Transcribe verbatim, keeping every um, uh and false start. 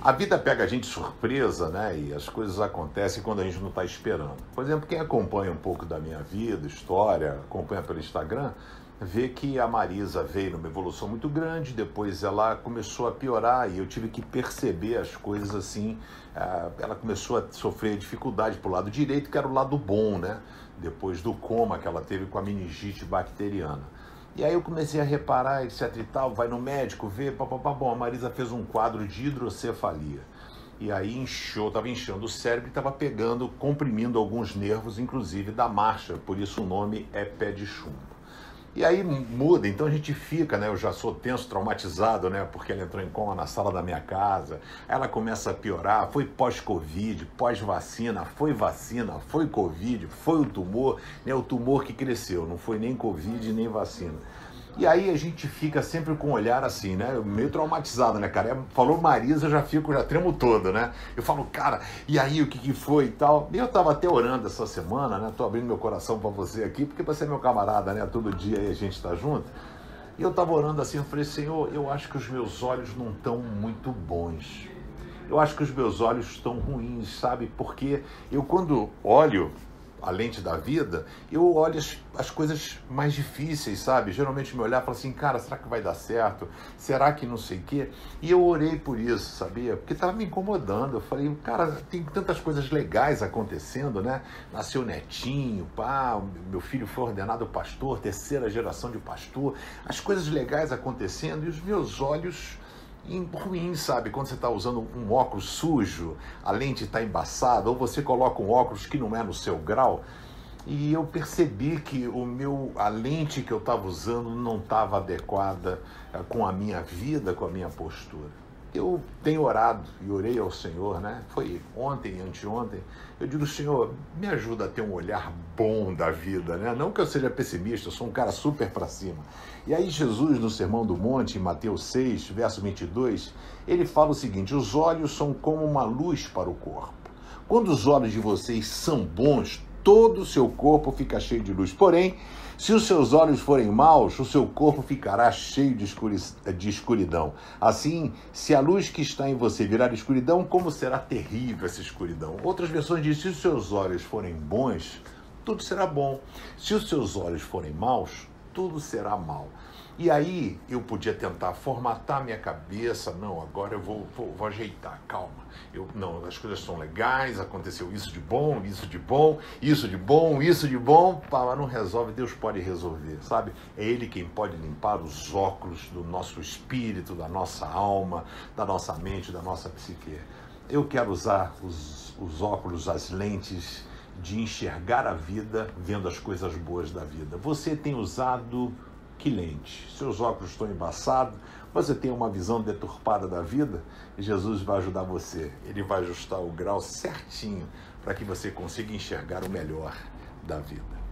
A vida pega a gente de surpresa, né? E as coisas acontecem quando a gente não está esperando. Por exemplo, quem acompanha um pouco da minha vida, história, acompanha pelo Instagram, vê que a Marisa veio numa evolução muito grande, depois ela começou a piorar e eu tive que perceber as coisas assim. Ela começou a sofrer dificuldade pro lado direito, que era o lado bom, né? Depois do coma que ela teve com a meningite bacteriana. E aí eu comecei a reparar, etc e tal, vai no médico, vê, papapá, bom, a Marisa fez um quadro de hidrocefalia. E aí inchou, estava inchando o cérebro e estava pegando, comprimindo alguns nervos, inclusive da marcha, por isso o nome é pé de chumbo. E aí muda, então a gente fica, né? Eu já sou tenso, traumatizado, né? Porque ela entrou em coma na sala da minha casa, ela começa a piorar, foi pós-Covid, pós-vacina, foi vacina, foi Covid, foi o tumor, né? O tumor que cresceu, não foi nem Covid nem vacina. E aí a gente fica sempre com um olhar assim, né? Meio traumatizado, né, cara? Falou Marisa, eu já fico, já tremo todo, né? Eu falo, cara, e aí o que que foi e tal? E eu tava até orando essa semana, né? Tô abrindo meu coração pra você aqui, porque você é meu camarada, né? Todo dia aí a gente tá junto. E eu tava orando assim, eu falei, Senhor, eu acho que os meus olhos não estão muito bons. Eu acho que os meus olhos estão ruins, sabe? Porque eu quando olho a lente da vida, eu olho as, as coisas mais difíceis, sabe? Geralmente me olhar e falar assim, cara, será que vai dar certo? Será que não sei o quê? E eu orei por isso, sabia? Porque estava me incomodando. Eu falei, cara, tem tantas coisas legais acontecendo, né? Nasceu netinho, pá, meu filho foi ordenado pastor, terceira geração de pastor, as coisas legais acontecendo e os meus olhos ruim, sabe? Quando você está usando um óculos sujo, a lente está embaçada, ou você coloca um óculos que não é no seu grau, e eu percebi que o meu, a lente que eu estava usando não estava adequada com a minha vida, com a minha postura. Eu tenho orado e orei ao Senhor, né? Foi ontem, anteontem. Eu digo, Senhor, me ajuda a ter um olhar bom da vida, né? Não que eu seja pessimista, eu sou um cara super para cima. E aí Jesus, no Sermão do Monte, em Mateus seis, verso vinte e dois, ele fala o seguinte, os olhos são como uma luz para o corpo. Quando os olhos de vocês são bons, todo o seu corpo fica cheio de luz. Porém, se os seus olhos forem maus, o seu corpo ficará cheio de, escuri de escuridão. Assim, se a luz que está em você virar escuridão, como será terrível essa escuridão? Outras versões dizem, se os seus olhos forem bons, tudo será bom. Se os seus olhos forem maus, tudo será mal. E aí eu podia tentar formatar minha cabeça, não, agora eu vou, vou, vou ajeitar, calma. Eu, não, as coisas são legais, aconteceu isso de bom, isso de bom, isso de bom, isso de bom, pá, não resolve, Deus pode resolver, sabe? É Ele quem pode limpar os óculos do nosso espírito, da nossa alma, da nossa mente, da nossa psique. Eu quero usar os, os óculos, as lentes de enxergar a vida, vendo as coisas boas da vida. Você tem usado que lente? Seus óculos estão embaçados? Você tem uma visão deturpada da vida? E Jesus vai ajudar você. Ele vai ajustar o grau certinho para que você consiga enxergar o melhor da vida.